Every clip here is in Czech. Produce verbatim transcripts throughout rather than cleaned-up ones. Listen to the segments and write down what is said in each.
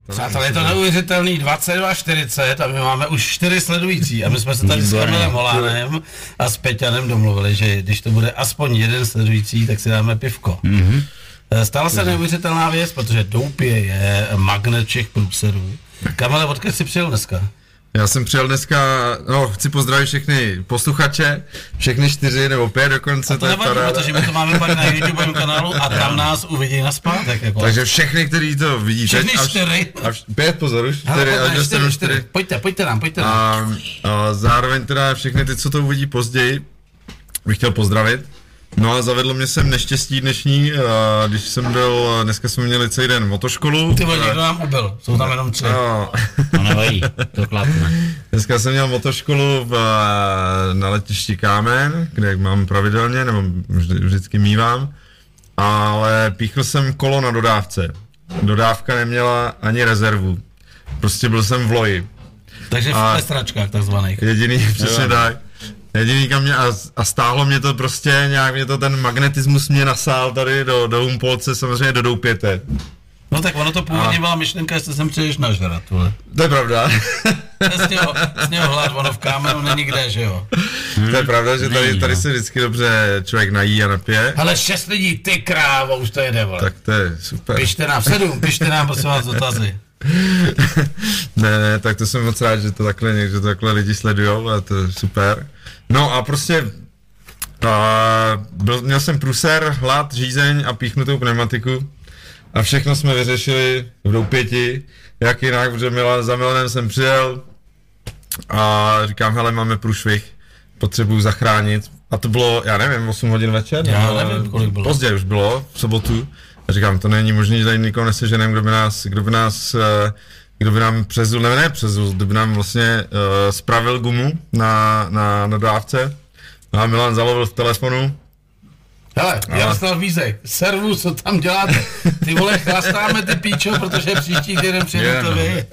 Přátelé, je to neuvěřitelný dvacet dva čtyřicet a my máme už čtyři sledující a my jsme se tady s Kamilem Holánem a s Peťanem domluvili, že když to bude aspoň jeden sledující, tak si dáme pivko. Mm-hmm. Stala se neuvěřitelná věc, protože Doupě je magnet všech průserů. Kamile, odkud jsi přijel dneska? Já jsem přijel dneska, no chci pozdravit všechny posluchače, všechny čtyři nebo pět dokonce. A to nevadí, protože my to máme pak na YouTubovém kanálu a tam nás uvidí naspátek. Jako. Takže všechny, kteří to vidí. Všechny teď, čtyři. A vš, pět, pozor, už čtyři. Hele, čtyři, čtyři, čtyři. Pojďte, pojďte nám, pojďte nám. A, a zároveň teda všechny ty, co to uvidí později, bych chtěl pozdravit. No a zavedlo mě sem neštěstí dnešní, a když jsem byl, dneska jsme měli celý den motoškolu. Ty vole, někdo nám ubil, jsou tam jenom tři. No. To nevají, to klapne. Dneska jsem měl motoškolu v, na letišti Kámen, kde mám pravidelně, nebo vždy, vždycky mívám, ale píchl jsem kolo na dodávce. Dodávka neměla ani rezervu, prostě byl jsem v loji. Takže v pestračkách takzvaných. Jediný, přesně tak. Jediný kam mě, a, a stáhlo mě to prostě, nějak mě to ten magnetismus mě nasál tady do, do Humpolce, samozřejmě do Doupěte. No tak ono to původně byla myšlenka, jestli sem přijdeš nažrat, vole. To je pravda. Z něho, z něho hlad, ono v Kámenu není kde, že jo. Hmm. To je pravda, že tady, tady se vždycky dobře člověk nají a napije. Ale šest lidí, ty krávo, už to jede, vole. Tak to je super. Pište nám, sedm, pište nám, prosím vás, dotazy. ne, ne, tak to jsem moc rád, že to takhle, že to takhle lidi sledujou a to je super. No a prostě a byl, měl jsem průser, hlad, žízeň a píchnutou pneumatiku a všechno jsme vyřešili v Doupěti, jak jinak, protože Milan, za Milanem jsem přijel a říkám, hele, máme průšvih, potřebuju zachránit a to bylo, já nevím, osm hodin večer, já nevím, kolik bylo. Později už bylo, v sobotu a říkám, to není možné, že tady nikoho neseženem, kdo by nás, kdo by nás kdo by nám přezul, ne, ne přezul, kdo by nám vlastně uh, spravil gumu na, na, na dávce. A Milan zalovil v telefonu. Hele, Jaroslav Vízek, servu, co tam děláte? Ty vole, chlastáme ty píčo, protože příští týden přijde to vy.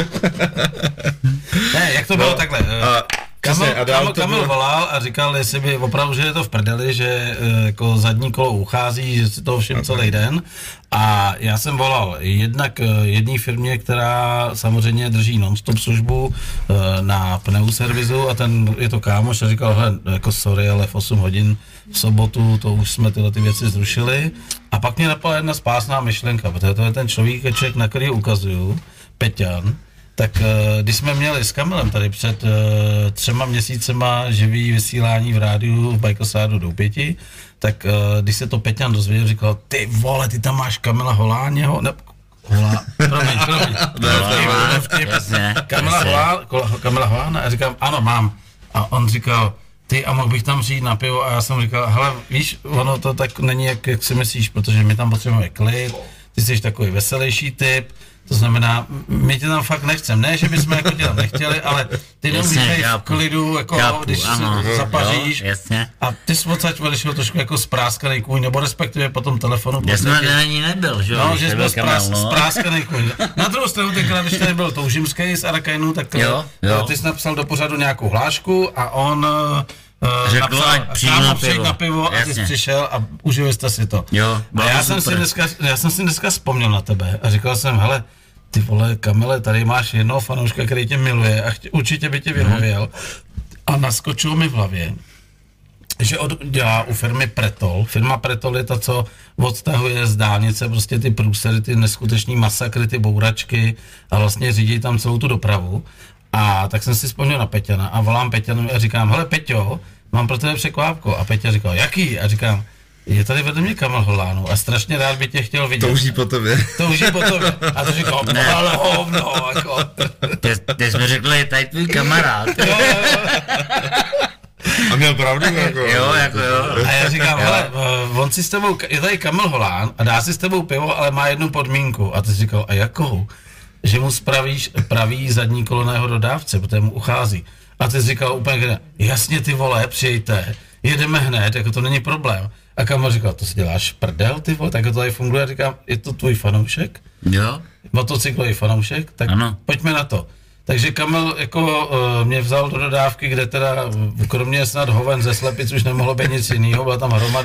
Ne, jak to bylo no, takhle? A, Kamil, Kamil, Kamil bylo... volal a říkal, jestli by opravdu, že je to v prdeli, že jako zadní kolo uchází, že si toho všim celý den. A já jsem volal jednak jedné firmě, která samozřejmě drží non-stop službu na pneuservisu a ten je to kámoš a říkal, hele, jako sorry, ale v osm hodin v sobotu to už jsme tyhle ty věci zrušili. A pak mě napadla jedna spásná myšlenka, protože to je ten človík, na který ukazuju, Peťan. Tak když jsme měli s Kamilem tady před uh, třema měsícema živý vysílání v rádiu v Bajkosádu Doupěti, tak uh, když se to Peťan dozvěděl, říkal, ty vole, ty tam máš Kamila Holáněho, ne, Holá, promiň, promiň, Kamila Holá, Kamila Holána, a říkám, ano, mám. A on říkal, ty, a mohl bych tam přijít na pivo, a já jsem říkal, hele, víš, ono to tak není, jak, jak si myslíš, protože my tam potřebujeme klid, ty jsi takový veselější typ. To znamená, my tě tam fakt nechcem. Ne, že bychom jako tě tam nechtěli, ale ty nemůžeš v klidu, jako, chápu, když ano, se zapaříš. Jo, jasně. A ty jsi odsaď odešel trošku jako spráskanej kůň, nebo respektive po tom telefonu. Já jsem na ní nebyl, že jo? No, že jsi byl sprás, no. spráskanej kůň. Na druhou stranu, tenkrát, když tady byl Toužimský z Arakajnu, tak jo, jo. ty jsi napsal do pořadu nějakou hlášku a on... Uh, řekl, napsal, přijď na pivo, na pivo a ty jsi přišel a užili jste si to. Jo, a já jsem, si dneska, já jsem si dneska vzpomněl na tebe a říkal jsem, hele, ty vole, Kamile, tady máš jednoho fanouška, který tě miluje a chtě, určitě by tě vyhověl. A naskočilo mi v hlavě, že od, dělá u firmy Pretol. Firma Pretol je ta, co odstahuje z dálnice prostě ty průsery, ty neskuteční masakry, ty bouračky a vlastně řídí tam celou tu dopravu. A tak jsem si vzpomněl na Peťana a volám Peťanu a říkám, hele Peťo, mám pro tebe překvápko. A Peťa říkal, jaký? A říkám, je tady vedle mě Kamil Holánu a strašně rád by tě chtěl vidět. Touží po tobě. Touží po tobě. A to říkal, no ale hovno, jako. Ty, ty jsi mi řekl, je tady tvůj kamarád. Jo, jo. A měl pravdu, jako. Jo, jako jo. A já říkám, hele, on si s tebou, je tady Kamil Holán a dá si s tebou pivo, ale má jednu podmínku. A ty jsi říkal, a jakou? Že mu spravíš pravý zadní kolo na jeho dodávce, protože mu uchází. A ty jsi říkal úplně, jasně ty vole, přijďte, jedeme hned, jako to není problém. A Kamil říkal, to si děláš prdel, ty vole, tak to tady funguje. A říkám, je to tvůj fanoušek? Jo. Motocyklový fanoušek? Tak ano. Pojďme na to. Takže Kamil jako uh, mě vzal do dodávky, kde teda kromě snad hoven ze slepic už nemohlo být nic jiného, byla tam hromada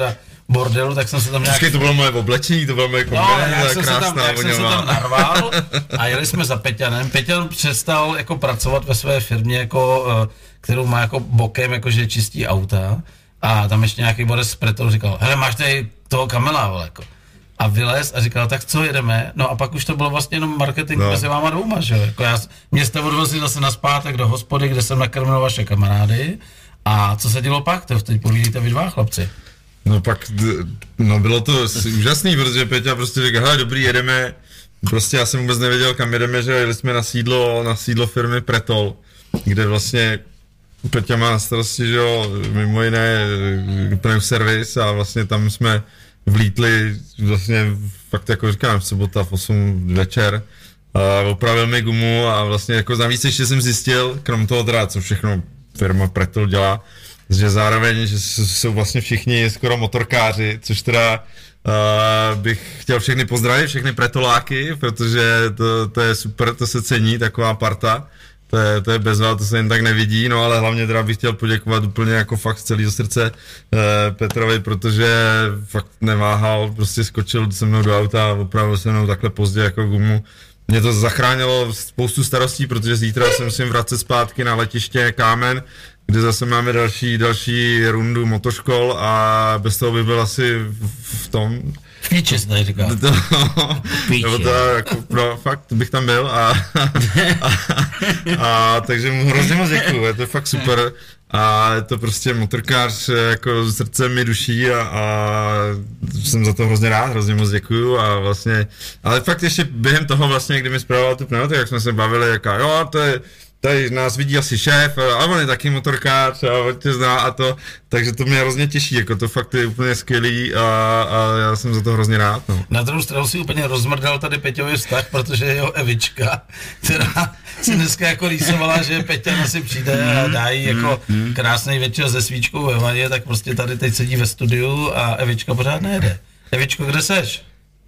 bordelu, tak jsem se tam nějak... Počkej, to bylo moje oblečení, to bylo moje kombinéza, no, krásná, jak jsem se tam narval a jeli jsme za Peťanem. Peťan přestal jako pracovat ve své firmě, jako, kterou má jako bokem, jakože čistí auta a tam ještě nějaký Boris Pretol říkal, hele, máš tady toho Kamela, vole, jako. A vylez a říkal, tak co, jedeme? No a pak už to bylo vlastně jenom marketing no. mezi váma dvouma, že jo? Jako já, mě jste odvezli zase naspátek do hospody, kde jsem nakrmil vaše kamarády. A co se dělo pak? To teď povídejte vy dva, chlapci. No pak, no bylo to úžasný, protože Peťa prostě řekl, hele, dobrý, jedeme. Prostě já jsem vůbec nevěděl, kam jedeme, že jeli jsme na sídlo, na sídlo firmy Pretol, kde vlastně Peťa má na starosti, že jo, mimo jiné pneu servis a vlastně tam jsme vlítli vlastně fakt jako říkám, v sobota v osm večer a opravil mi gumu a vlastně jako navíc ještě jsem zjistil, krom toho teda, co všechno firma Pretol dělá, že zároveň, že jsou vlastně všichni skoro motorkáři, což teda uh, bych chtěl všechny pozdravit, všechny Pretoláky, protože to, to je super, to se cení, taková parta. To je, to je bezva, to se jen tak nevidí, no ale hlavně teda bych chtěl poděkovat úplně jako fakt z celého srdce eh, Petrovi, protože fakt neváhal, prostě skočil se mnou do auta a opravil se mnou takhle pozdě jako gumu. Mě to zachránilo spoustu starostí, protože zítra se musím vracet zpátky na letiště Kámen, kde zase máme další, další rundu motoškol a bez toho by byl asi v, v tom... V píči se tady říká. To, nebo to, jako, no, fakt bych tam byl a, a, a takže mu hrozně moc děkuju, je to fakt super a je to prostě motorkář jako srdcem mi duší a, a jsem za to hrozně rád, hrozně moc děkuju a vlastně, ale fakt ještě během toho vlastně, kdy mi zpravoval tu pneumatiku, jak jsme se bavili, jaká jo, to je, tady nás vidí asi šéf, a on je taky motorkář a on tě zná a to, takže to mě hrozně těší, jako to fakt je úplně skvělý a, a já jsem za to hrozně rád. No. Na druhou stranu si úplně rozmrdal tady Peťovi vztah, protože jeho Evička, která si dneska jako rýsovala, že Peťa asi přijde a dá jí jako krásný večer se svíčkou ve vaně, tak prostě tady teď sedí ve studiu a Evička pořád nejede. Evičko, kde seš?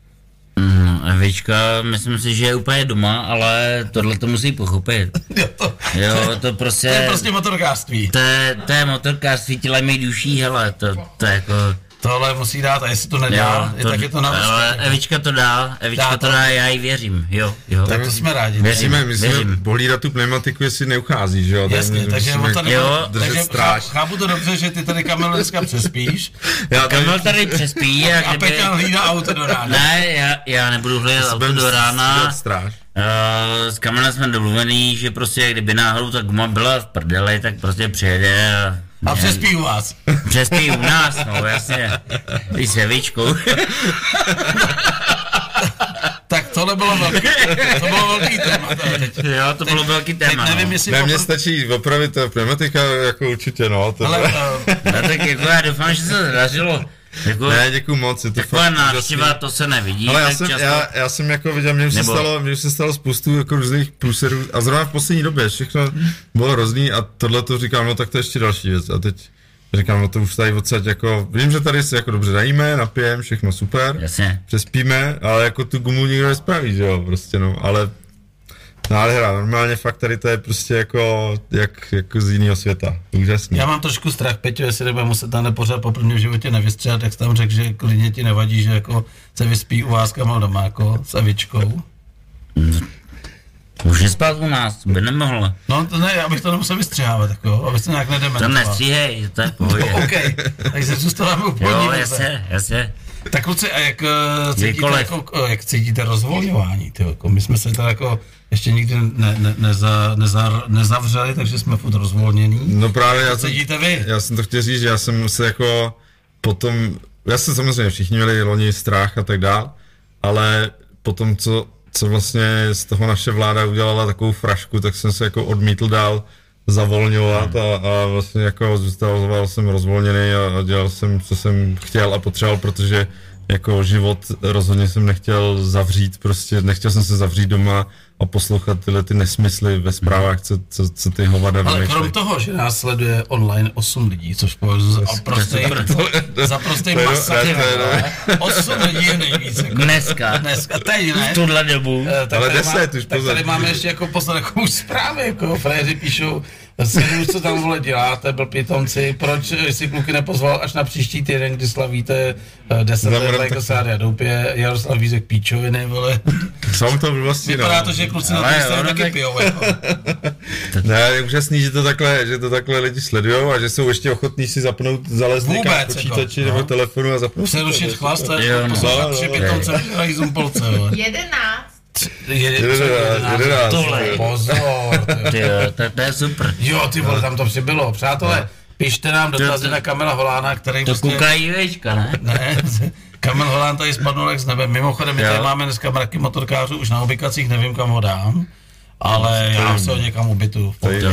No, Evička, myslím si, že je úplně doma, ale tohle to musí pochopit. Jo, to, jo, to prostě... To je prostě motorkářství. To je, to je motorkářství, těle mi duší, hele, to, to je jako... Tohle musí dát a jestli to nedá, jo, to, tak je to na ale Evička to dá, Evička dá to. to dá, já jí věřím, jo, jo. Tak to jsme rádi. Věříme, musíme pohlídat tu pneumatiku, jestli neuchází, že jo. Jasně, tak takže on tady jo, takže stráž. Chápu to dobře, že ty tady Kamil dneska přespíš. Já tady... Kamil tady přespí a, a kdyby... Peťan hlídá auto do rána. Ne, já, já nebudu hlídat auto do rána. Stráž. Uh, s Kamilem jsme domluvený, že prostě kdyby náhodou ta guma byla v prdeli, tak prostě přijede a... A přespí u vás. Přespí u nás, no jasně. Ty s Evičkou. Tak tohle bylo velký, to bylo velký téma. Teď. Jo, to teď, bylo velký téma. Teď nevím, no. jestli... Ne, mně stačí opravit ta pneumatika, jako určitě, no. To ale, uh... no, tak jako já doufám, že se dařilo. Jako, ne, děkuju moc, je to taková návštěva, to se nevidí. Ale já tak jsem, často... já, já jsem jako viděl, mně už se stalo, mně už se stalo spoustu jako různých průserů a zrovna v poslední době všechno bylo hrozný a tohle to říkám, no tak to je ještě další věc a teď říkám, no to už tady odsaď jako, vím, že tady se jako dobře najíme, napijeme, všechno super, jasně. Přespíme, ale jako tu gumu nikdo nespraví, že jo, prostě no, ale nádhera, normálně fakt tady to je prostě jako, jak, jako z jiného světa, úžasný. Já mám trošku strach, Peťo, jestli nebude muset tam pořád po prvním životě nevystřelat, tak jsi tam řekl, že klidně ti nevadí, že jako se vyspí u vás Kamil doma, jako s Evičkou. Může spát u nás, by nemohla. No to ne, abych to nemusel vystřihávat, jako, abych se nějak nedementoval. To nestříhej, to je pohodě. No, OK, takže zůstáváme úplně. Jo, jasně, jasně. Tak kluci, a jak cítíte, jako, jak cítíte rozvolňování, ty, jako, my jsme se tady jako ještě nikdy ne, ne, neza, neza, nezavřeli, takže jsme furt rozvolnění. No právě já jsem, cítíte vy? Já jsem to chtěl říct, že já jsem se jako potom, já jsem samozřejmě všichni měli loni strach a tak dál, ale potom, co, co vlastně z toho naše vláda udělala takovou frašku, tak jsem se jako odmítl dál zavolňovat a, a vlastně jako zůstával jsem rozvolněný a, a dělal jsem, co jsem chtěl a potřeboval, protože jako život rozhodně jsem nechtěl zavřít, prostě nechtěl jsem se zavřít doma a poslouchat tyhle ty nesmysly ve zprávách, co, co, co ty hovada vymýšlej. vymýšlej. Ale krom toho, že nás sleduje online osm lidí, což považuji za prostý, za prostý masakr. osm lidí je nejvíc. Jako. Dneska. Dneska, teď ne. V tuhle dobu. Tak ale deset už pozor. Tak tady máme ještě jako poslední zprávy, jako fréři píšou, Sleduješ, co tam vole děláte, byl pitomci, proč si kluky nepozval až na příští týden, kdy slavíte deset let Michael Sáry a Doupě, Jaroslav Vízek píčoviny, vole. Sam to vlastně, no. Vypadá to, že kluci na té straně taky pijou, jako. Ne, je úžasný, že to takhle, že to takhle lidi sledujou a že jsou ještě ochotní si zapnout, zalézt někam v počítači nebo telefonu a zapnout. Přerušit chlast a poslouchat tři pitomce vyhrají zumpolce, vole. Jedenáct. jedenáct. Tohle, pozor. To je super. Jo, ty vole, tam to přibylo. Přátelé, pište nám dotazy na Kamila Holána, který to vlastně... kukají vejčka, ne? Ne, Kamil Holán tady spadnul jak z nebe. Mimochodem, my tady máme dneska mraky motorkářů, už na ubikacích nevím, kam ho dám. Ale já se ho někam ubytu.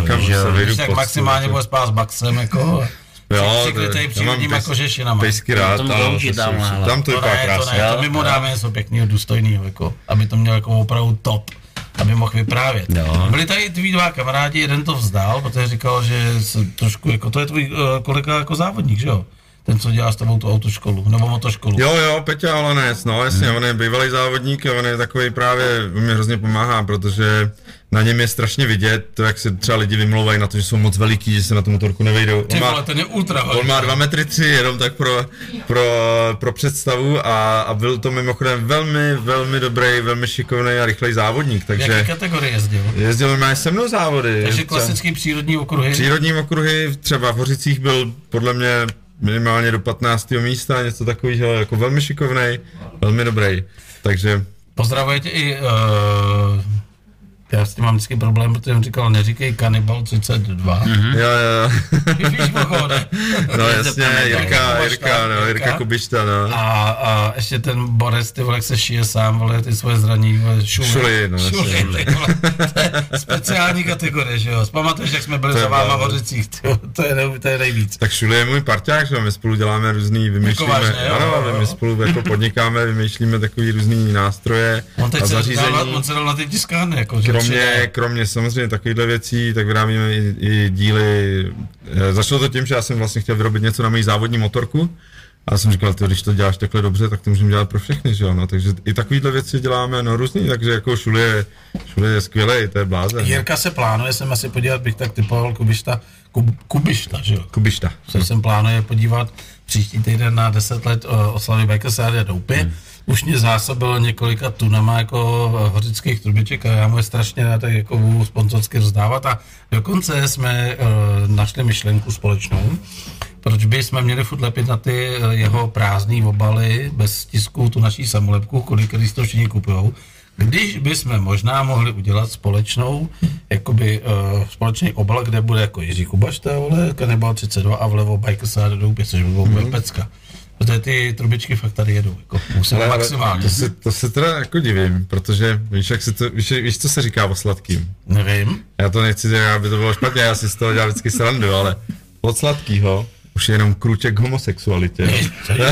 Když tak maximálně bude spát s Baxem, jako... Jo, přikrytej přírodníma kožešinama. Pejsky rád, tam, tam, tam to vypadá krásně. To my mu dáme něco pěkného, důstojného, jako, aby to měl jako opravdu top, aby mohl vyprávět. Jo. Byli tady tví dva kamarádi, jeden to vzdal, protože říkal, že se trošku, jako, to je tvůj uh, kolega jako závodník, že jo? Ten, co dělá s tebou tu autoškolu, nebo motoškolu. Jo, jo, Peťa Olanec, no jasně, hmm. on je bývalý závodník a on je takový právě, on mi hrozně pomáhá, protože na něm je strašně vidět, to jak se třeba lidi vymlouvají na to, že jsou moc veliký, že se na tu motorku nevejdou. Ty vole, ten je ultra veliký. On má dva metry tři, jenom tak pro, pro, pro představu a, a byl to mimochodem velmi, velmi dobrý, velmi šikovný a rychlej závodník, takže... Jaké kategorie jezdil? Jezdil má se mnou závody. Takže klasický přírodní okruhy? Přírodní okruhy, třeba v Hořicích byl podle mě minimálně do patnáctého místa, něco takového, jako velmi šikovnej, velmi dobrý, takže... Pozdravujete i, uh, já s tím mám vždycky problém, protože on říkal, neříkej Kanibal třicet dva. Mm-hmm. Jo, jo. Víš, pochode. No jasně, Jirka, Jirka, no, Jirka Kubišta, no. A, a ještě ten Borec, ty vole, jak se šije sám, vole, ty svoje zraní, vole, šuly. Šuly, no, šuly, vole, to je speciální kategorie, že jo. Pamatuješ, jak jsme byli za váma v Hořicích, to je, nej, to je nejvíc. Tak Šuly je můj parťák, že my spolu děláme různý, vymýšlíme, vážně, jo, ano, jo, jo. my spolu jako podnikáme, vymýšlíme takový různý nástroje a zařízení. On se dal na ty tiskárny, jako, Kromě, kromě samozřejmě takovýchhle věcí, tak vyrábíme i, i díly. Začalo to tím, že já jsem vlastně chtěl vyrobit něco na moji závodní motorku a já jsem říkal, ty, když to děláš takhle dobře, tak to můžeme dělat pro všechny, že jo, no, takže i takovýhle věci děláme, no různý, takže jako Šuly je, Šuly je skvělej, to je blázen. Jirka se plánuje, jsem asi podívat, bych tak typoval Kubišta, Kub, Kubišta, že jo? Kubišta. Se jsem plánuje podívat příští týden na deset let oslavy Michael Sáry a Doupy. Hmm. Už mě zásobil několika tunama jako hořických trubiček a já mu je strašně rád tak jako budu sponzorsky rozdávat a dokonce jsme uh, našli myšlenku společnou, proč by jsme měli furt lepit na ty jeho prázdný obaly bez tisku tu naší samolepku, kolik který si to všichni kupujou. Když bychom možná mohli udělat společnou, jakoby uh, společný obal, kde bude jako Jiří Kubašta, vole, Kanibal třicet dva a vlevo Michael Sáry Doupě, což by bylo mm-hmm. pecka. Protože ty trubičky fakt tady jedou, jako musím ale, maximálně. To se, to se teda jako divím, protože víš, jak se to, víš, víš, co se říká o sladkým? Nevím. Já to nechci říct, aby to bylo špatně, já si z toho dělám vždycky srandu, ale od sladkýho už je jenom krůček k homosexualitě. Ne,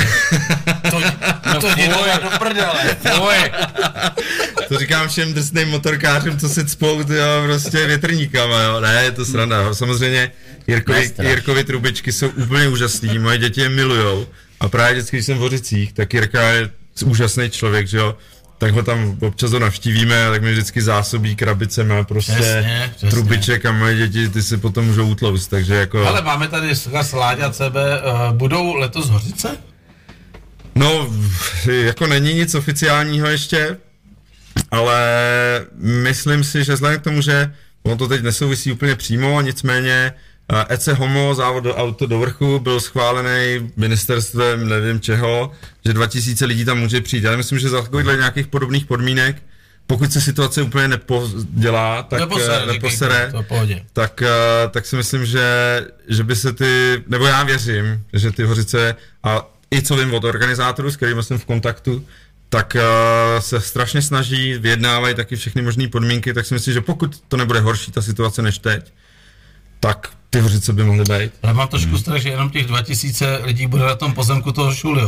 to to jde do prdele. To říkám všem drsným motorkářům, co se cpou, jo, prostě větrníkama, jo. Ne, je to sranda. Samozřejmě Jirkovi, Jirkovi trubičky jsou úplně úžasný, moje děti je milujou. A právě vždycky, když jsem v Hořicích, tak Jirka je úžasný člověk, že jo. Tak ho tam občas ho navštívíme, tak mi vždycky zásobí krabicema prostě přesně, přesně. trubiček a moje děti, ty si potom můžou utloust, takže jako... Ale máme tady Láďa C B, uh, budou letos Hořice? No, jako není nic oficiálního ještě, ale myslím si, že vzhledem k tomu, že on to teď nesouvisí úplně přímo, nicméně E C Homo, závod do auto do vrchu, byl schválený ministerstvem nevím čeho, že dva tisíce lidí tam může přijít. Já myslím, že za takovýchhle nějakých podobných podmínek, pokud se situace úplně nepodělá, tak neposere, neposere tak, tak si myslím, že, že by se ty, nebo já věřím, že ty Hořice, a i co vím od organizátorů, s kterými jsem v kontaktu, tak uh, se strašně snaží, vyjednávají taky všechny možné podmínky, tak si myslím, že pokud to nebude horší ta situace než teď, tak ty hořice by mohly být. Ale mám trošku strach, že jenom těch dva tisíce lidí bude na tom pozemku toho Šuliho.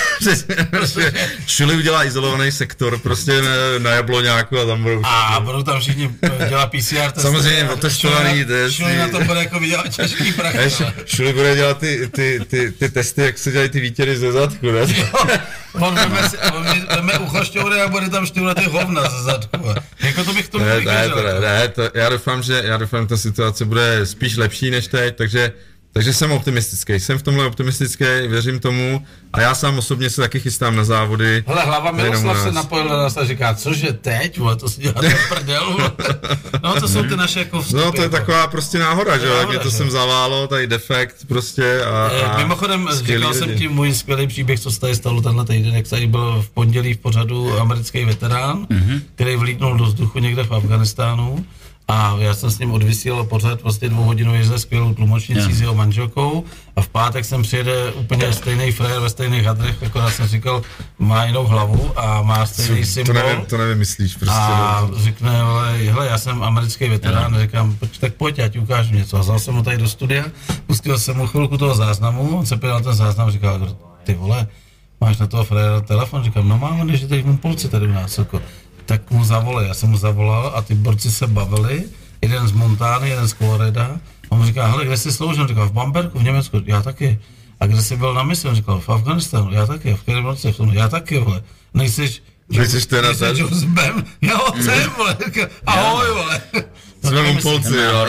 Šuli udělá izolovaný sektor prostě na Jabloňáku a tam budou... A budou tam všichni dělat P C R testy. Samozřejmě otestovaný testy. Šuli na tom bude jako vydělat těžký prach. Šuli bude dělat ty, ty, ty, ty testy, jak se dělají ty výtěry ze zadku, ne? Jo, on veme, on veme uchošťoury a bude tam šťourat ty hovna ze zadku. Jako to bych tomu ne, vykažel. Ne, ne, ne, to, já doufám, že já doufám, že ta situace bude spíš lepší než teď, takže Takže jsem optimistický, jsem v tomhle optimistický, věřím tomu a já sám osobně se taky chystám na závody. Hele, hlava Miroslav se napojil na nás a říká, cože teď, vole, to si děláte prdel, vole. No to jsou ty naše jako vstupy. No to je taková prostě náhoda, že jo, jak je to sem zaválo, tady defekt prostě a, a mimochodem, říkal lidi. Jsem ti můj skvělý příběh, co se tady stalo tenhle týden, jak tady byl v pondělí v pořadu americký veterán, mm-hmm. který vlítnul do vzduchu někde v Afghánistánu. A já jsem s ním odvysílal pořád vlastně dvouhodinový ze skvělou tlumočnicí s jeho manželkou a v pátek jsem přijede úplně stejný frér ve stejných hadrech, akorát jsem říkal, má jinou hlavu a má stejný symbol. To, nevím, to nevymyslíš prostě. A řekne, hele, já jsem americký veterán, a říkám, tak pojď, já ti ukážu něco. A vzal jsem ho tady do studia, pustil jsem mu chvilku toho záznamu, on se pěl na ten záznam, říkal, ty vole, máš na toho fréra telefon? Říkám, no mám, než je tady v polci tady u nás, jako. Tak mu zavolal, já jsem mu zavolal a ty borci se bavili, jeden z Montány, jeden z Coloreda. On mu říká, hele, kde jsi sloužil? On říkal, v Bamberku, v Německu, já taky. A kde jsi byl na misi? On říkal, v Afghánistánu, já taky, v kterém roce, v tom, já taky, vole. Nejsiš... Nejsiš teda ten? Nejsiš Bem? Jo, jsem, vole. Ahoj, vole. Jsme v polci, jo.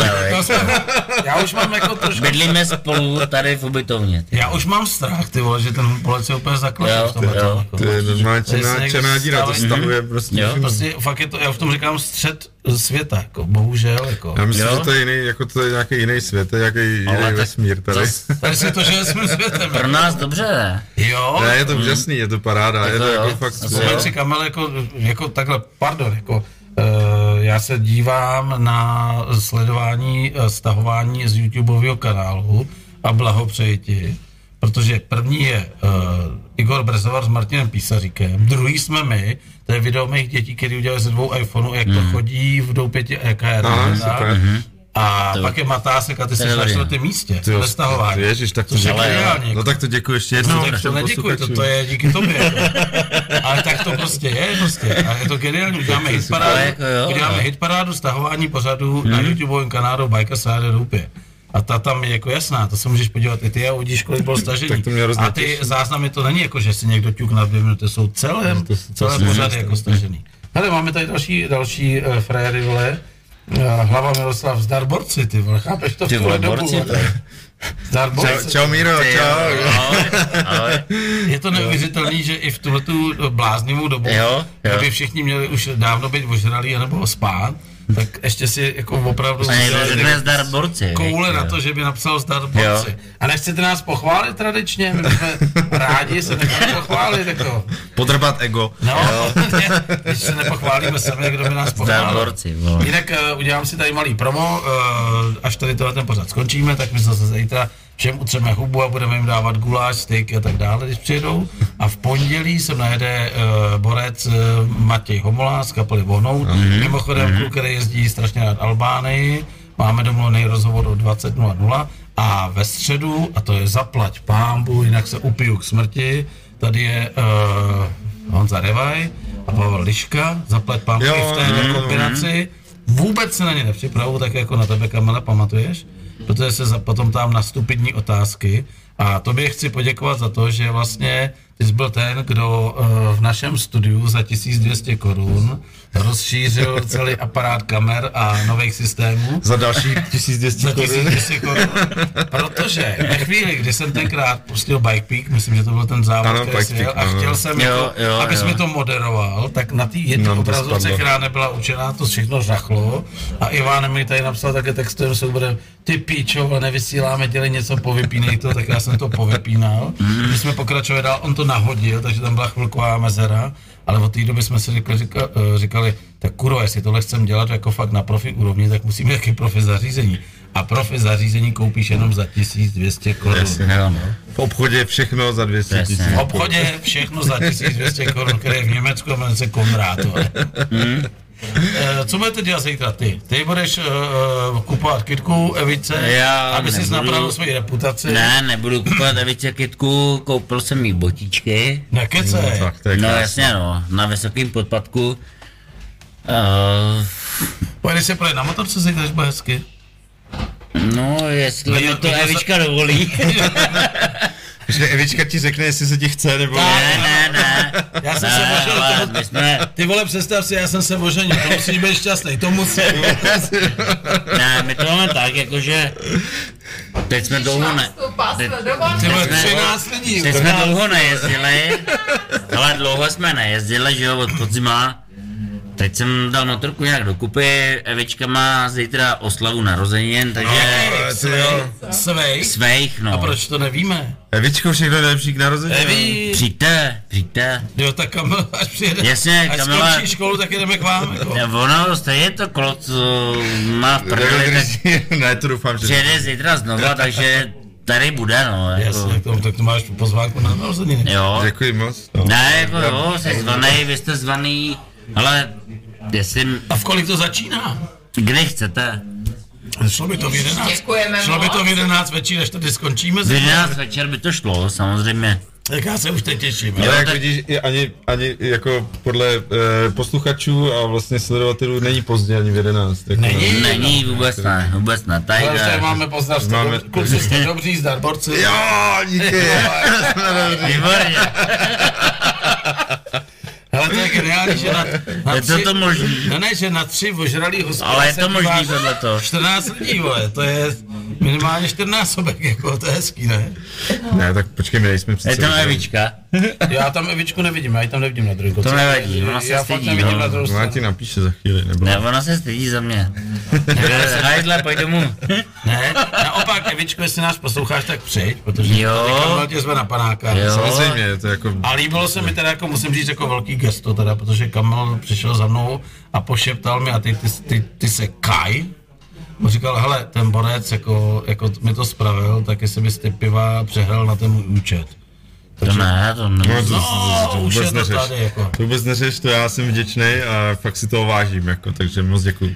Já už mám jako trošku... Bydlíme spolu tady v ubytovně. Já už mám strach, ty vole, že ten polec je úplně zaklašen v tomhle. To je normálně černá díra, to stavuje prostě. Jo, prostě fakt je to, já v tom říkám střed světa, jako, bohužel, jako. Já myslím, jo? Že to je jiný, jako to je nějaký jiný svět, to je nějaký jiný vesmír tady. Tady si to, že jsme světem. Pro nás dobře, ne? Jo. Ne, je to úžasný, je to paráda, je to jako fakt... Vzpomeň si, Kamel, jako, jako takhle, pardon, jako, Uh, já se dívám na sledování uh, stahování z YouTubeového kanálu a blahopřeji ti, protože první je uh, Igor Brezovar s Martinem Písaříkem, druhý jsme my, to je video mých dětí, který udělali ze dvou iPhoneů, jak mm. to chodí v doupěti, jaká je mm. A to, pak je Matásek a ty jsi na čtvrtém místě, ve stahování. Ježiš, tak to, to děkuji. No tak to děkuji ještě jednou. No, tak to neděkuji, to, to je díky tobě. Ale tak to prostě je, prostě. A je to geniální, uděláme hitparádu, uděláme hitparádu stahování pořadu hmm. na YouTubeovém kanálu Bikers Rádio Doupě. A ta tam je jako jasná, to se můžeš podívat i ty a uvidíš, kolik bylo stažený. A ty záznamy to není jako, že si někdo ťuk na dvě minuty, jsou celé, no, to, celé pořady jako stažený. Hele, máme tady další, další uh, fréry, vole. Hlava Miroslav, zdar borci, ty vole, chápeš to v tuhle dobu? Zdar borci. Čau, Míro, čau. Je to neuvěřitelný, že i v tuhletu bláznivou dobu, kdyby všichni měli už dávno být ožralí nebo spát, tak ještě si jako opravdu zdar borci, koule na to, že by napsal zdar borci. Jo. A nechcete nás pochválit tradičně? My jsme rádi se necháme pochválit. Jako. Podrbat ego. No, když se nepochválíme sami, kdo by nás pochválil. Jinak uh, udělám si tady malý promo, uh, až tady tohle ten pořad skončíme, tak my zase zítra všem utřeme hubu a budeme jim dávat guláš, stejky a tak dále, když přijedou. A v pondělí se najede uh, borec uh, Matěj Homola z kapely Vohnout. Mm-hmm. Mimochodem mm-hmm. kluk, který jezdí strašně rád Albánii. Máme domluvený rozhovor o dvacet nula nula. A ve středu, a to je zaplať pámbu, jinak se upiju k smrti, tady je uh, Honza Revaj a Pavel Liška, zaplať pámbu i v té kombinaci. Vůbec se na ně nepřipravu, tak jako na tebe, Kamele, pamatuješ? Protože se potom tam na stupidní otázky a tobě chci poděkovat za to, že vlastně ty jsi byl ten, kdo uh, v našem studiu za tisíc dvě stě korun rozšířil celý aparát kamer a nových systémů. Za další tisíc dvě stě korun. Protože ve chvíli, kdy jsem tenkrát pustil Bike Peak, myslím, že to byl ten závod, ano, který jsi jel, a chtěl jsem, jo, jako, jo, abys jo. mi to moderoval, tak na té jedné obrazovce, která nebyla učená, to všechno žachlo a Iván mi tady napsal také textovým souborem, ty píčo, nevysíláme, dělej něco, povypínej to, tak já jsem to povypínal. Mm. Když jsme pokračovali dál, on to nahodil, takže tam byla chvilková mezera, ale od té doby jsme si říkali, říkali, říkali tak kurva, jestli tohle chcem dělat jako fakt na profi úrovni, tak musíme taky profi zařízení. A profi zařízení koupíš jenom za tisíc dvě stě korun. V obchodě všechno za dvě stě tisíc. V obchodě všechno za tisíc dvě stě korun, které je v Německu a jmenuje se Konrád. Hmm. Co budete dělat zítra ty? Ty budeš uh, kupovat kytku Evice, Já aby si napravil svoji reputaci? Ne, nebudu kupovat Evice kytku, koupil jsem jí botičky. Nekecej. No, tak, no jasně no, na vysokém podpadku. Uh, Pojedeš se projet na motorce zítra, když bude hezky? No, jestli Ne, mi to ne, Evička dovolí. Že Evička ti řekne, jestli se ti chce, nebo... Ne, ne, ne. Já jsem ne, se oženil, ale to, my jsme... ty vole, představ si, já jsem se oženil, to musíš být šťastný, to musí. Ne, my to máme tak, jakože... Teď jsme dlouho ne... Teď, Ty vole, jsme- třináct lidí. teď jsme dlouho nejezdili, ale dlouho jsme nejezdili, že jo, od podzima. Teď jsem dal motorku nějak dokupy, Evička má zítra oslavu narozenin, takže... Svej, svej. Svejch, no. A proč to nevíme? Evičko, všechno nejlepší k narození. Evi. Přijďte, přijďte. Jo, tak Kamila, až přijede, Jasně, až Kamila- skončí školu, tak jdeme k vám. Jako. Ono, stejně to kolo, co má v prdeli, tak Ne, to doufám, že... přijede zítra znova, takže tady bude, no. Jako. Jasně, tak, tak to máš pozvánku na narozeniny. Jo. Děkuji moc. No. Ne, jako jo, jsi zvaný, vy jste zvaný, ale jestli, A v kolik to začíná? kdy chcete. Šlo by to v jedenáct. Děkujeme Šlo by moc. to v jedenáct večer, až tady skončíme. V jedenáct večer by to šlo, samozřejmě. Tak já se už teď těším. Ale Jo, jak tak- vidíš, i ani, ani jako podle e, posluchačů a vlastně sledovatelů není pozdě ani v jedenáct. Jako Není? no. Není, vůbec ne, vůbec ne. Tady, Ale tady máme pozdrav, jste Máme- dobří, kluci jste dobří, zdar borci. Jo, díky. Výborně. Ale to je geniální, že na, na Je to to možný. Ne, ne, že na tři ožralý hospodáře Ale je to možný tohleto. čtrnáct lidí, vole, to je minimálně čtrnásobek, jako, to je hezký, ne? Ne, tak počkej, my nejsme přece. Je to Evička. Já tam Evičku nevidím, já ji tam nevidím na druhém konci. To nevadí, ona se Já fakt stydí, nevidím no. na druhou Ona stranu. ti napíše za chvíli, nebo... Ne, ona se stydí za mě. Hajdle, pojď domů. Ne, naopak, Evičko, jestli nás posloucháš, tak přijď, protože Jo. tady Kamil tě zve na panáka. Jo. Samozřejmě, je to jako... A líbilo se mi teda, jako musím říct, jako velký gesto teda, protože Kamil přišel za mnou a pošeptal mi a ty, ty, ty, ty se kaj. On říkal, hele, ten borec, jako, jako mi to spravil, tak jestli bys ty piva přehrál na ten můj účet. To ne, to ne. No, to, No, to, to už je vůbec to neřeš. tady, jako. To vůbec neřeš, to já jsem vděčný a fakt si toho vážím, jako, takže moc děkuji.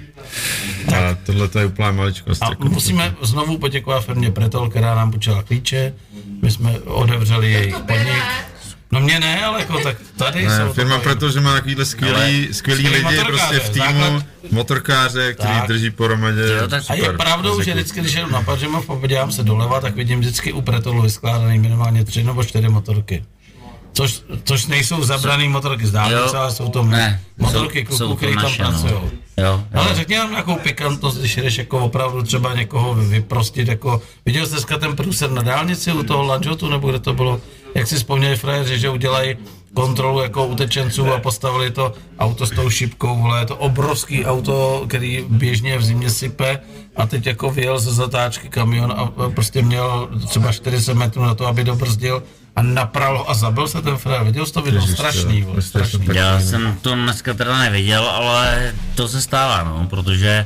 A tohle to je úplná maličkost. A Jako, musíme znovu poděkovat firmě Pretol, která nám půjčila klíče. My jsme otevřeli jejich podnik. No mě ne, ale jako tak tady ne, jsou firma to proto, že má takovýhle skvělý, skvělý skvělý lidi motorkáře, prostě v týmu, základ- motorkáře, který Tak. drží pohromadě. Jo, tak- A je pravdou, že vždycky, když jedu na Pařimov a podívám se doleva, tak vidím vždycky u Pretolu vyskládaný minimálně tři nebo čtyři motorky. Což, což nejsou zabraný motorky z dálnice, ale jsou to Ne, motorky jsou- kluků, jsou to kteří tam naše, no. pracují. Jo, Ale jo. řekni nám nějakou pikantnost, když jdeš jako opravdu třeba někoho vyprostit, jako viděl jsi dneska ten průser na dálnici u toho Lanžotu, nebo kde to bylo, jak si vzpomněli frajeři, že udělají kontrolu jako utečenců a postavili to auto s tou šipkou, vole, je to obrovský auto, který běžně v zimě sype a teď jako vyjel ze zatáčky kamion a prostě měl třeba čtyřicet metrů na to, aby dobrzdil a napral ho a zabil se ten frajer, viděl jsi to video, Ježiš, strašný, to- vole, to je strašný. strašný. Já jsem to dneska teda neviděl, ale to se stává, no, protože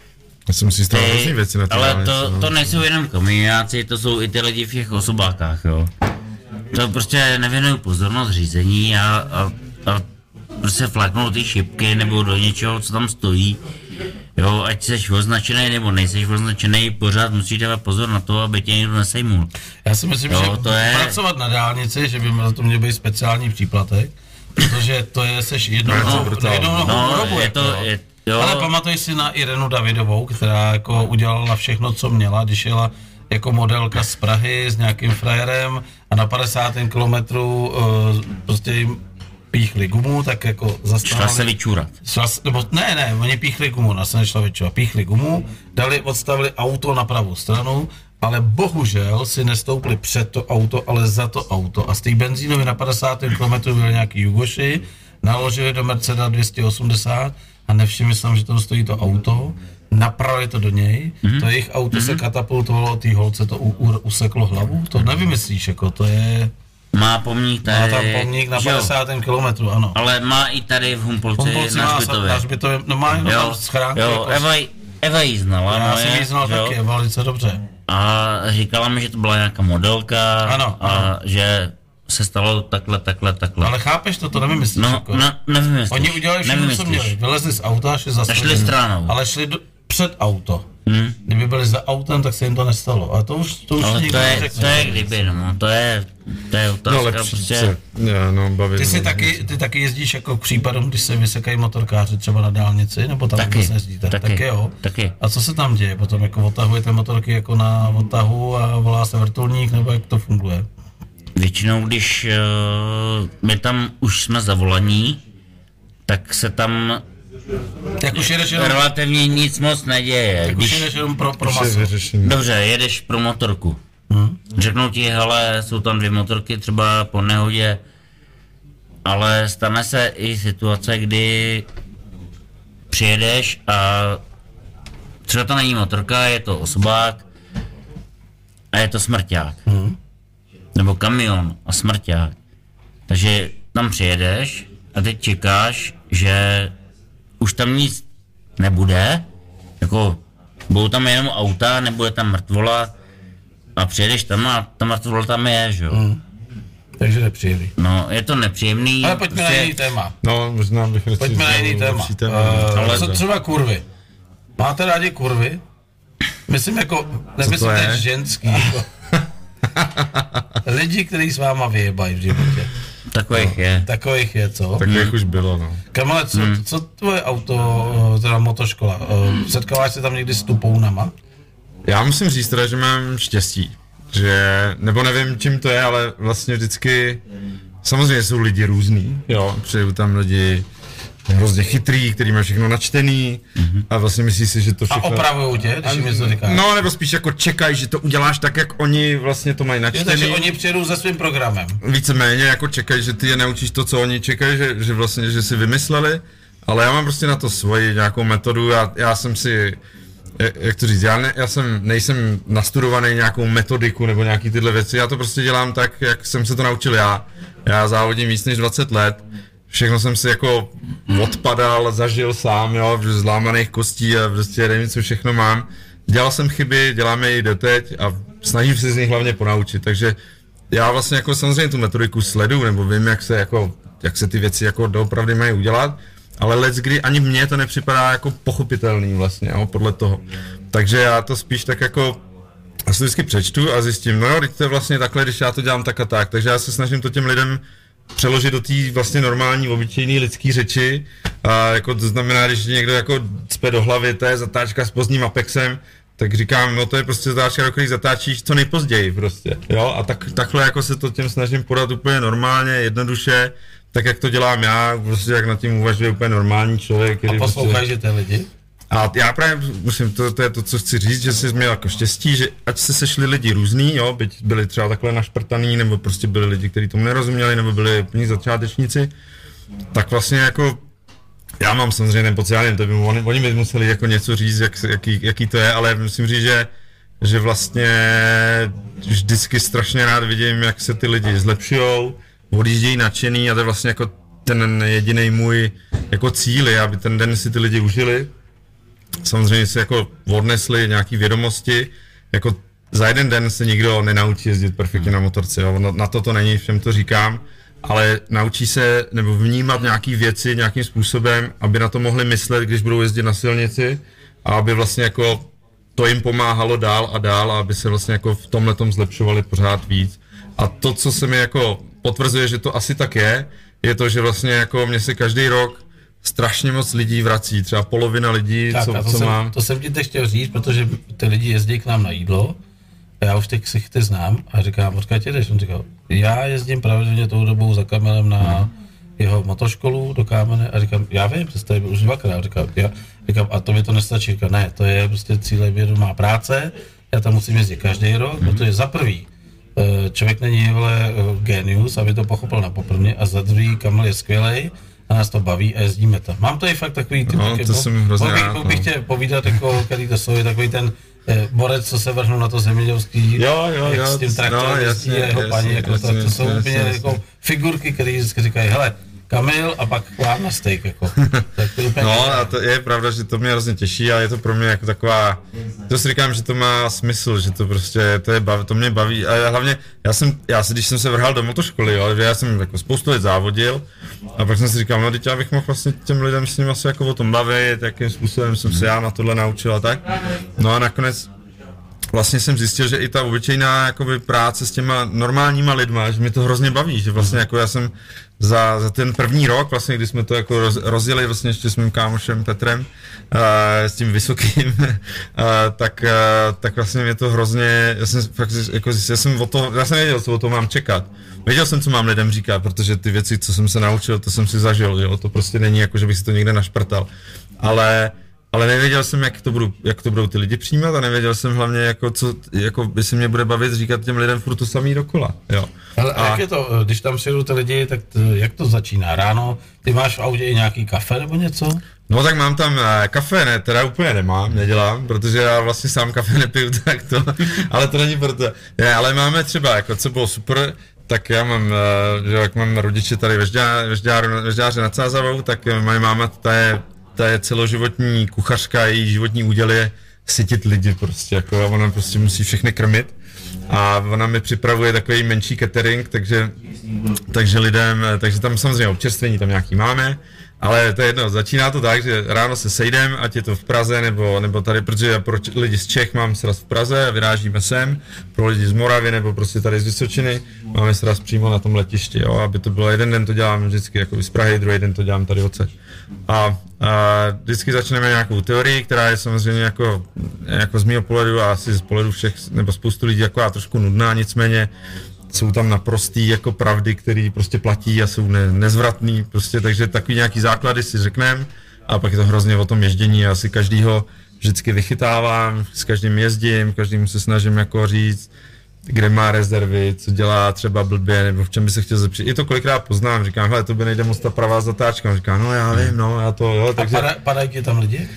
Já si musím stát různý ty, věci na té ale dálnici, to, no. to nejsou jenom kamionáci, to jsou i ty lidi v těch osobákách, jo. To prostě nevěnují pozornost řízení a, a, a prostě flaknou ty šipky nebo do něčeho, co tam stojí. Jo, ať jsi označený nebo nejsi označený, pořád musíš dávat pozor na to, aby tě někdo nesejmul. Já si myslím, Jo, že to je- pracovat na dálnici, že by za to měl být speciální příplatek, protože to je, seš jednou No, nohou brutální. jednou nohou No, v hrobu, je to, jako, je, jo, Ale pamatuj si na Irenu Davidovou, která jako udělala všechno, co měla, když jela jako modelka z Prahy s nějakým frajerem a na padesátém kilometru uh, prostě jim píchli gumu, tak jako šla se zastavili. vyčůrat. Šla, s- nebo ne, ne, oni píchli gumu, na se nešla vyčovat, píchli gumu, dali, odstavili auto na pravou stranu, ale bohužel si nestoupli před to auto, ale za to auto. A z té benzínovy na padesátém kilometru byli nějaký Jugoši, naložili do Merceda dvě stě osmdesát a nevšimli jsem, že tam stojí to auto, napravili to do něj, mm-hmm. to jejich auto mm-hmm. se katapultovalo od té holce, to u, u, useklo hlavu, to nevymyslíš, jako to je, Má pomník má tady, tam pomník na že jo, padesátém kilometru, ano. ale má i tady v Humpolci Humpolci na má Hřbitově. na Hřbitově, no má jenom Jo, tam schránky, jo, jako, Eva, Eva jí znala, já moje, jsem ji znal že jo? taky, velice dobře. A říkala mi, že to byla nějaká modelka Ano, a ano. že se stalo takhle, takhle, takhle. Ale chápeš to, to nevymyslíš. No, jako. no nevymyslíš. Oni udělali všechno, co měli. Vylezli z auta, šli za šli stranou. Ale šli do, před auto. Hmm. Kdyby byli za autem, tak se jim to nestalo. A to už, to už ale nikdo to je, neřekne. to je kdyby, no, to je, to je otázka, no, prostě. Já, no, bavit, ty, si no, taky, ty taky jezdíš jako k případům, když se vysekají motorkáři třeba na dálnici, nebo tam taky, vůbec nejezdíte? Taky, taky, jo. Taky. A co se tam děje? Potom jako odtahujete motorky jako na odtahu a volá se vrtulník, nebo jak to funguje? Většinou, když uh, my tam už jsme zavolaní, tak se tam jak už jedeš jenom, relativně nic moc neděje. Jak když, už jedeš jenom pro, pro maso. Dobře, jedeš pro motorku. Hmm. Řeknou ti, hele, jsou tam dvě motorky třeba po nehodě, ale stane se i situace, kdy přijedeš a třeba to není motorka, je to osobák a je to smrťák. Hmm. Nebo kamion a smrťák. Takže tam přijedeš a teď čekáš, že už tam nic nebude, jako budou tam jenom auta, nebude tam mrtvola a přijedeš tam a ta mrtvola tam je, že jo. Hmm. Takže nepříjemný. No, je to nepříjemný. Ale pojďme prostě na jiný téma. No, možná bych radši... Pojďme na jiný téma. téma. Uh, ale co třeba kurvy? Máte rádi kurvy? Myslím jako, nemyslím teď ženský, jako lidi, kteří s váma vyjebají v životě. Takových no, je. Takových je, co? Takových hmm. už bylo, no. Kamale, co, hmm. co tvoje auto, teda motoškola, setkáváš se tam někdy s tupounama? Já musím říct teda, že mám štěstí, že, nebo nevím, čím to je, ale vlastně vždycky, samozřejmě jsou lidi různý, jo, přijdu tam lidi hrozně chytrý, který má všechno načtený mm-hmm. a vlastně myslí si, že to všechno... A opravujou tě, když jim něco říkáš? No, nebo spíš jako čekají, že to uděláš tak, jak oni vlastně to mají načtený. Takže oni přijedou se svým programem. Víceméně jako čekají, že ty je naučíš to, co oni čekají, že, že vlastně, že si vymysleli, ale já mám prostě na to svoji nějakou metodu, já, já jsem si, jak to říct, já, ne, já jsem, nejsem nastudovaný nějakou metodiku nebo nějaký tyhle věci, já to prostě dělám tak, jak jsem se to naučil já. Já závodím víc než dvacet let. Všechno jsem si jako odpadal, zažil sám, jo, z lámaných kostí a prostě nevím, co všechno mám. Dělal jsem chyby, děláme i doteď a snažím se z nich hlavně ponaučit, takže já vlastně jako samozřejmě tu metodiku sleduju, nebo vím, jak se jako, jak se ty věci jako doopravdy mají udělat, ale leckdy ani mně to nepřipadá jako pochopitelný vlastně, jo, podle toho. Takže já to spíš tak jako, já si vždycky přečtu a zjistím, no jo, teď to je vlastně takhle, když já to dělám tak a tak, takže já se snažím to těm lidem přeložit do té vlastně normální, obyčejné lidské řeči. A jako to znamená, když někdo jako cpe do hlavy, to je zatáčka s pozdním apexem, tak říkám, no to je prostě zatáčka, do který zatáčíš co nejpozději prostě, jo, a tak, takhle jako se to těm snažím podat úplně normálně, jednoduše, tak jak to dělám já, prostě jak nad tím uvažuje úplně normální člověk. A posloucháš, prostě... že ty lidi? A já právě musím, to, to je to, co chci říct, že jsi měl jako štěstí, že ať se sešli lidi různý, jo, byť byli třeba takhle našprtaný, nebo prostě byli lidi, kteří tomu nerozuměli, nebo byli plní začátečníci, tak vlastně jako, já mám samozřejmě ten pocit, já nevím, to by, oni, oni by museli jako něco říct, jak, jaký, jaký to je, ale musím říct, že, že vlastně vždycky strašně rád vidím, jak se ty lidi zlepšujou, odjíždějí nadšený a to je vlastně jako ten jediný můj jako cíl je, aby ten den si ty lidi užili. Samozřejmě si jako odnesli nějaký vědomosti, jako za jeden den se nikdo nenaučí jezdit perfektně na motorce, jo? Na to to není, všem to říkám, ale naučí se nebo vnímat nějaký věci nějakým způsobem, aby na to mohli myslet, když budou jezdit na silnici a aby vlastně jako to jim pomáhalo dál a dál a aby se vlastně jako v tomhletom zlepšovali pořád víc. A to, co se mi jako potvrzuje, že to asi tak je, je to, že vlastně jako mě se každý rok strašně moc lidí vrací, třeba polovina lidí, tak, co, to co jsem, mám. To jsem ti teď chtěl říct, protože ty lidi jezdí k nám na jídlo, a já už teď si ty znám a říkám, odkud jdeš? On říkal, já jezdím pravidelně tou dobou za Kamilem na hmm. jeho motoškolu do Kámene a říkám, já vím, přestaň už dvakrát, říkám, já, říkám, a to mi to nestačí, říkám, ne, to je prostě cílevědomá práce, já tam musím jezdit každý rok, hmm. protože za prvý, člověk není vole genius, aby to pochopil na poprvně, a za druhý Kamil je skvělej, a nás to baví a jezdíme tam. Mám to i fakt takový typ, no, to jsem hrozně rád, no. bych tě povídat, jako, který to jsou, je takový ten eh, borec, co se vrhnul na to zemědělský, jo, jo, jak jo, s tím traktorem no, jezdí a jeho paní, jako jasně, to, to jsou jasně, úplně jasně. Jako figurky, které vždycky říkají, hele, Kamil a pak klám na steak, jako. Tak to úplně no a to je pravda, že to mě hrozně těší a je to pro mě jako taková, to si říkám, že to má smysl, že to prostě, to, je baví, to mě baví a hlavně, já jsem, já si, když jsem se vrhal do motoškoly, jo, já jsem jako spoustu let závodil a pak jsem si říkal, no teď já bych mohl vlastně těm lidem s ním asi jako o tom bavit, jakým způsobem jsem se já na tohle naučil a tak, no a nakonec vlastně jsem zjistil, že i ta obyčejná jakoby práce s těma normálníma lidma, že mi to hrozně baví, že vlastně jako já jsem za, za ten první rok, vlastně, kdy jsme to jako roz, rozjeli vlastně ještě s mým kámošem Petrem, uh, s tím vysokým, uh, tak, uh, tak vlastně mě to hrozně, já jsem fakt, jako, já jsem o to, já jsem nevěděl, co o to mám čekat. Věděl jsem, co mám lidem říkat, protože ty věci, co jsem se naučil, to jsem si zažil, jo, to prostě není jako, že bych si to někde našprtal, ale Ale nevěděl jsem, jak to, budu, jak to budou ty lidi přijímat a nevěděl jsem hlavně, jako, co, jako by se mě bude bavit říkat těm lidem furt to samý dokola, jo. Ale a jak je to, když tam přijedou ty lidi, tak to, jak to začíná? Ráno, ty máš v autě i nějaký kafe nebo něco? No tak mám tam eh, kafe, ne, teda úplně nemám, nedělám, protože já vlastně sám kafe nepiju, tak to, ale to není proto, ne, ale máme třeba, jako co bylo super, tak já mám, že jak mám rodiče tady vežďáře nad Sázavou, tak moje máma, ta je ta je celoživotní kuchařka, její životní úděl je sytit lidi prostě, jako ona prostě musí všechny krmit a ona mi připravuje takový menší catering, takže, takže lidem, takže tam samozřejmě občerstvení tam nějaký máme, ale to je jedno, začíná to tak, že ráno se sejdem, ať je to v Praze nebo, nebo tady, protože já pro lidi z Čech mám sraz v Praze a vyrážíme sem, pro lidi z Moravy nebo prostě tady z Vysočiny máme sraz přímo na tom letišti, jo, aby to bylo, jeden den to dělám vždycky jako z Prahy, druhý den to dělám tady odsaď. A, a vždycky začneme nějakou teorii, která je samozřejmě jako, jako z mého pohledu a asi z pohledu všech, nebo spoustu lidí jako a trošku nudná, nicméně jsou tam naprostý jako pravdy, které prostě platí a jsou ne, nezvratný, prostě, takže takový nějaký základy si řekneme a pak je to hrozně o tom ježdění, já si každýho vždycky vychytávám, s každým jezdím, každému se snažím jako říct, kde má rezervy, co dělá třeba blbě, nebo v čem by se chtěl zlepšit. I to kolikrát poznám, říkám, hele, to by nejde moc ta pravá zatáčka, říkám, no já vím, no, já to, jo, takže... A pada, padají ti tam lidi?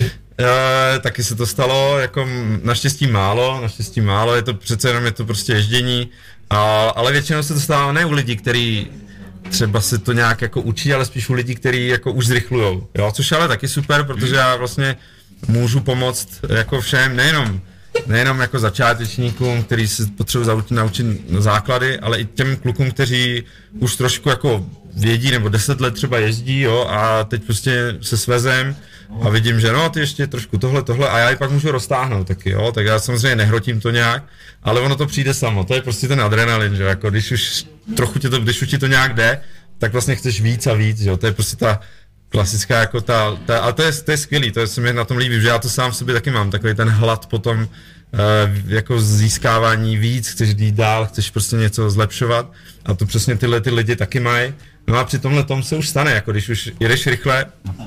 E, taky se to stalo, jako naštěstí málo, naštěstí málo, je to přece jenom je to prostě ježdění, a, ale většinou se to stává ne u lidí, kteří třeba se to nějak jako učí, ale spíš u lidí, kteří jako už zrychlujou, jo, což ale taky super, protože já vlastně můžu pomoct jako všem, nejenom nejenom jako začátečníkům, kteří se potřebují naučit, naučit základy, ale i těm klukům, kteří už trošku jako vědí nebo deset let třeba jezdí, jo, a teď prostě se svezem a vidím, že no, ty ještě trošku tohle, tohle a já ji pak můžu roztáhnout taky, jo, tak já samozřejmě nehrotím to nějak, ale ono to přijde samo, to je prostě ten adrenalin, že jako když už trochu ti to, když už ti to nějak jde, tak vlastně chceš víc a víc, jo, to je prostě ta klasická jako ta, ta a to je, to je skvělý, to se mi na tom líbí, že já to sám v sobě taky mám, takový ten hlad potom uh, jako získávání víc, chceš jít dál, chceš prostě něco zlepšovat a to přesně tyhle ty lidi taky mají. No a při tomhle tom se už stane, jako když už jedeš rychle,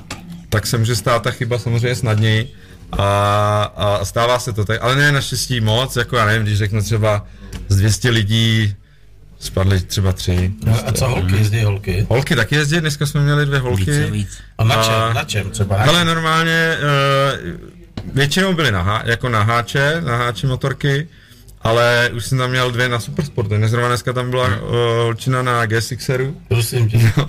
tak se může stát ta chyba samozřejmě snadněji a, a stává se to tak, ale ne naštěstí moc, jako já nevím, když řeknu třeba z dvě stě lidí spadly třeba tři. No, a co holky, jezdí holky? Holky taky jezdí, dneska jsme měli dvě holky. Více, víc. A na čem, a, na čem třeba? Ale normálně, uh, většinou byly na, há, jako na háče, na háči motorky, ale už jsem tam měl dvě na Supersportu. Nezrovna dneska tam byla uh, holčina na G šest eru. Prosím tě. No,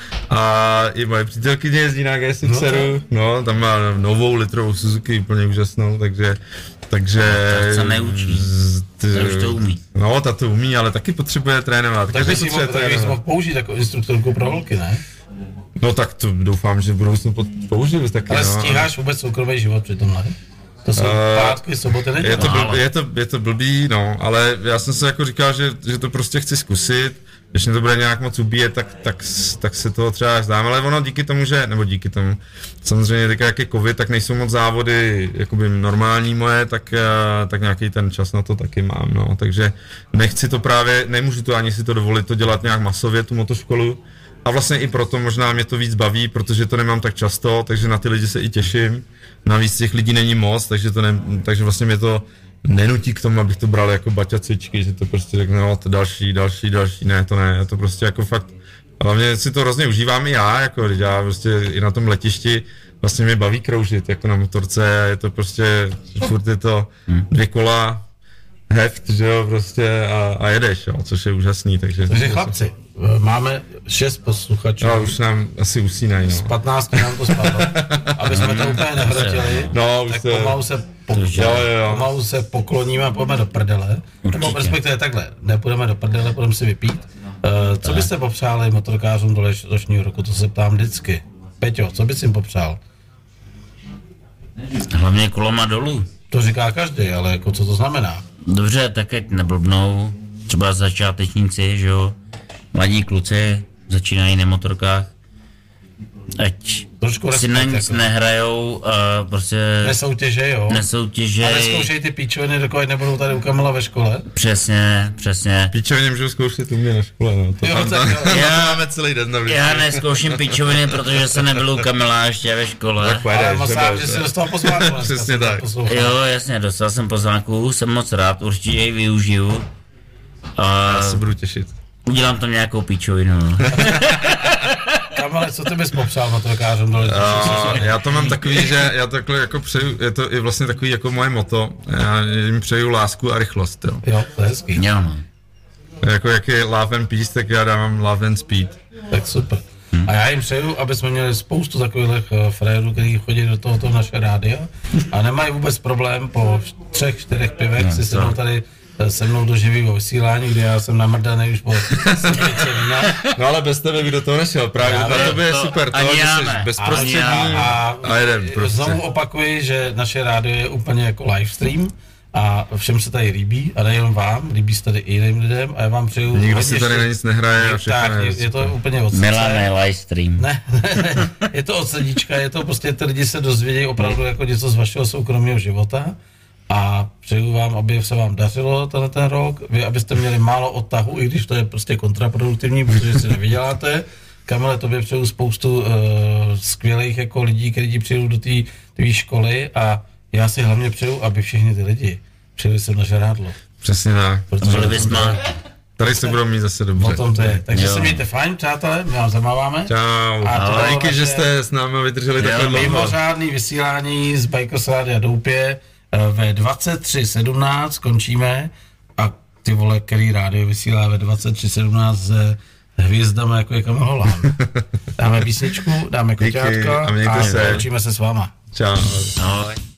a i moje přítelkyně jezdí na G šest eru, no, no, tam má novou litrovou Suzuki, úplně úžasnou, takže Takže... No, to se neučí, to už to umí. No, ta to umí, ale taky potřebuje trénovat. Tak bys mohl použít jako instruktorku pro holky, ne? No tak to doufám, že v budoucnu použiju taky. Ale no, stíháš ale... vůbec soukromý život při tomhle? To jsou uh, pátky, soboty, neděle. Je to, blb, je, to, je to blbý, no, ale já jsem se jako říkal, že, že to prostě chci zkusit. Když mě to bude nějak moc ubíjet, tak, tak, tak se toho třeba zdám, ale ono díky tomu, že, nebo díky tomu, samozřejmě teďka jak je covid, tak nejsou moc závody jakoby normální moje, tak, tak nějaký ten čas na to taky mám, no, takže nechci to právě, nemůžu to ani si to dovolit to dělat nějak masově, tu motoškolu, a vlastně i proto možná mě to víc baví, protože to nemám tak často, takže na ty lidi se i těším, navíc těch lidí není moc, takže, to ne, takže vlastně mě to nenutí k tomu, abych to bral jako baťa cvičky, že to prostě řekne, no to další, další, další, ne, to ne, to prostě jako fakt, hlavně si to hrozně užívám i já, jako já prostě i na tom letišti vlastně mě baví kroužit, jako na motorce, je to prostě, furt je to dvě kola, heft, že jo, prostě a, a jedeš, jo, což je úžasný, takže... Takže chlapci, máme šest posluchačů. No, už nám asi usínají, no. Z patnácti nám to spadlo. Aby jsme to úplně nehrotili, no, tak se... pomalu, se pok- jo, jo, jo. pomalu se pokloníme a půjdeme do prdele. Nebo respektive takhle, nepůjdeme do prdele, půjdeme si vypít. Uh, co byste popřáli motorkářům do letošního roku, to se ptám vždycky. Peťo, co bys jim popřál? Hlavně koloma dolů. To říká každý, ale jako co to znamená? Dobře, tak ať neblbnou, třeba začátečníci, že jo, mladí kluci začínají na motorkách, ať trošku si na nic jako nehrajou a prostě nesoutěžej, jo. Nesoutěžej. A neskoušej ty píčoviny, dokud nebudou tady u Kamila ve škole. Přesně, přesně. Píčoviny můžou zkoušet u mě na škole, no. To jo, tam, tak, tam, jo. Já máme celý den na Já neskouším píčoviny, protože jsem nebyl u Kamila ještě ve škole. Tak pojedeš, ale masám, že jsi dostal pozvánku. Přesně tak. Jo, jasně, dostal jsem pozvánku, jsem moc rád, určitě ji využiju. A já se budu těšit. Udělám tam nějakou píčovinu, no. Kamale, co ty bys popřál motorkářům do letošního? Já to mám takový, že já takhle jako přeju, je to i vlastně takový jako moje moto, já jim přeju lásku a rychlost, jo. Jo, to je hezký. Jo, no. Jako jak je love and peace, tak já dávám love and speed. Tak super. Hmm. A já jim přeju, aby jsme měli spoustu takových uh, frérů, kteří chodí do tohoto naše rádia a nemají vůbec problém po třech, čtyřech pivech no, si sednou tady se mnou do živého vysílání, kde já jsem namrdaný už po sedmičce vína. No ale bez tebe by do toho nešel, právě na tobě je super, to, že jsi bezprostřední a, a, a jedem prostě. Znovu opakuji, že naše rádio je úplně jako livestream a všem se tady líbí a nejenom vám, líbí se tady i jiným lidem a já vám přeju... Nikdo si tady na nic nehraje a všechno tak, je, je to úplně od srdce. Milané livestream. Ne, ne, ne, je to od srdíčka, je to prostě, ty lidi se dozvědějí opravdu jako něco z vašeho soukromého života. A přeju vám, aby se vám dařilo tenhle ten rok, vy abyste měli málo odtahu, i když to je prostě kontraproduktivní, protože si nevyděláte. Kamile, tobě přeju spoustu uh, skvělých jako lidí, kteří přijdou do té školy a já si hlavně přeju, aby všichni ty lidi přijeli sem na žrádlo. Přesně tak. Protože bychom... Tady se budou mít zase dobře. O tom to je. Takže jo. Se mějte fajn, přátelé, my vám zamáváme. Čau. A to díky, vaše... že jste s námi vydrželi takhle dlouho. Mimořádný vysílání z Bikers Rádia Doupě. Ve dvacet tři sedmnáct končíme a ty vole, který rádio vysílá ve dvacet tři sedmnáct s hvězdami jako je Kamil Holán. Dáme písničku, dáme koťátka a, a se. Loučíme se s váma. Čau. Ahoj.